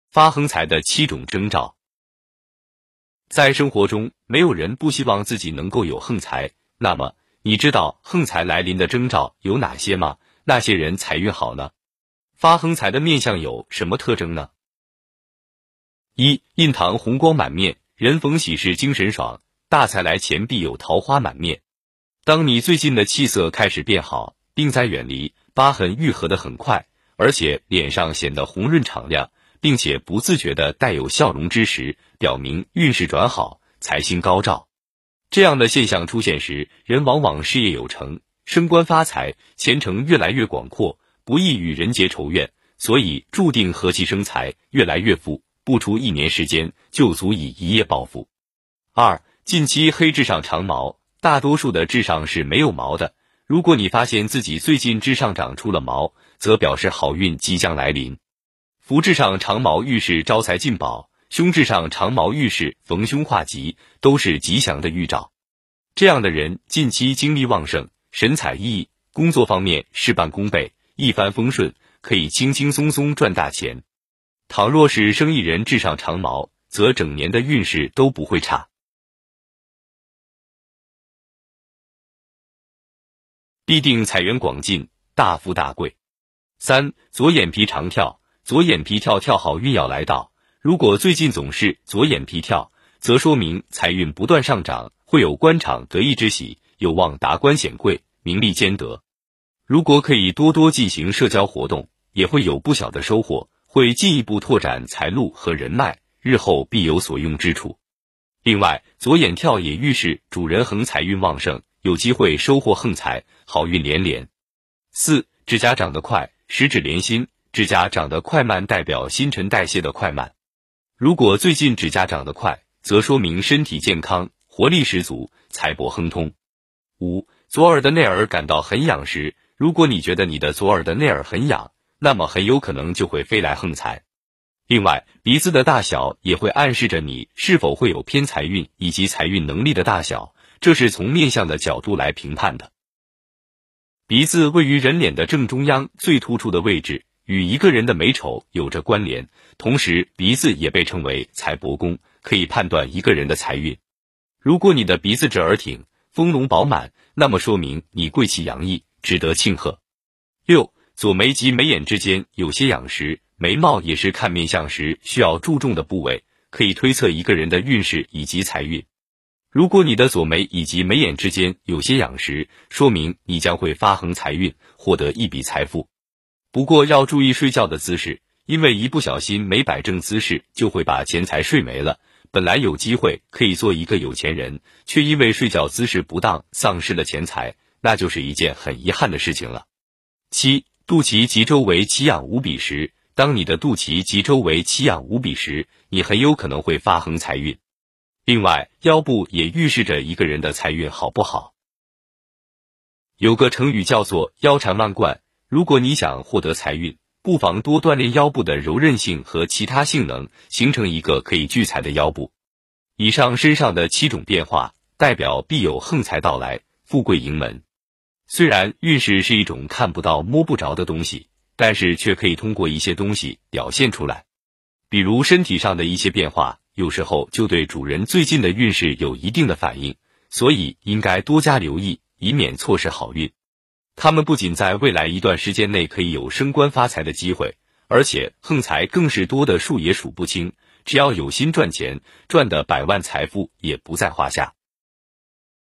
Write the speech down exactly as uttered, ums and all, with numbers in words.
发横财的七种征兆。在生活中，没有人不希望自己能够有横财。那么，你知道横财来临的征兆有哪些吗？那些人财运好呢？发横财的面相有什么特征呢？一、印堂红光满面，人逢喜事精神爽，大财来钱必有桃花满面。当你最近的气色开始变好，病灾远离，疤痕愈合得很快，而且脸上显得红润敞亮，并且不自觉地带有笑容之时，表明运势转好，财星高照。这样的现象出现时，人往往事业有成，升官发财，前程越来越广阔，不易与人结仇怨，所以注定和气生财，越来越富，不出一年时间就足以一夜暴富。二、近期黑痣上长毛，大多数的痣上是没有毛的，如果你发现自己最近痣上长出了毛，则表示好运即将来临。福痣上长毛预示招财进宝，凶痣上长毛预示逢凶化吉，都是吉祥的预兆。这样的人近期精力旺盛，神采奕奕，工作方面事半功倍，一帆风顺，可以轻轻松松赚大钱。倘若是生意人痣上长毛，则整年的运势都不会差。必定财源广进，大富大贵。三、左眼皮常跳，左眼皮跳跳好运要来到。如果最近总是左眼皮跳，则说明财运不断上涨，会有官场得意之喜，有望达官显贵，名利兼得。如果可以多多进行社交活动，也会有不小的收获，会进一步拓展财路和人脉，日后必有所用之处。另外，左眼跳也预示主人横财运旺盛，有机会收获横财，好运连连。四、指甲长得快，十指连心，指甲长得快慢代表新陈代谢的快慢。如果最近指甲长得快，则说明身体健康，活力十足，财帛亨通。五、左耳的内耳感到很痒时，如果你觉得你的左耳的内耳很痒，那么很有可能就会飞来横财。另外，鼻子的大小也会暗示着你是否会有偏财运以及财运能力的大小，这是从面相的角度来评判的。鼻子位于人脸的正中央最突出的位置，与一个人的美丑有着关联，同时鼻子也被称为财帛宫，可以判断一个人的财运。如果你的鼻子直而挺，丰隆饱满，那么说明你贵气洋溢，值得庆贺。六、左眉及眉眼之间有些痒时，眉毛也是看面相时需要注重的部位，可以推测一个人的运势以及财运。如果你的左眉以及眉眼之间有些痒时，说明你将会发横财运，获得一笔财富。不过要注意睡觉的姿势，因为一不小心没摆正姿势，就会把钱财睡没了。本来有机会可以做一个有钱人，却因为睡觉姿势不当丧失了钱财，那就是一件很遗憾的事情了。七、肚脐及周围奇痒无比时，当你的肚脐及周围奇痒无比时，你很有可能会发横财运。另外，腰部也预示着一个人的财运好不好。有个成语叫做腰缠万贯，如果你想获得财运，不妨多锻炼腰部的柔韧性和其他性能，形成一个可以聚财的腰部。以上身上的七种变化，代表必有横财到来，富贵迎门。虽然运势是一种看不到摸不着的东西，但是却可以通过一些东西表现出来。比如身体上的一些变化，有时候就对主人最近的运势有一定的反应，所以应该多加留意，以免错失好运。他们不仅在未来一段时间内可以有升官发财的机会，而且横财更是多的数也数不清，只要有心赚钱，赚的百万财富也不在话下。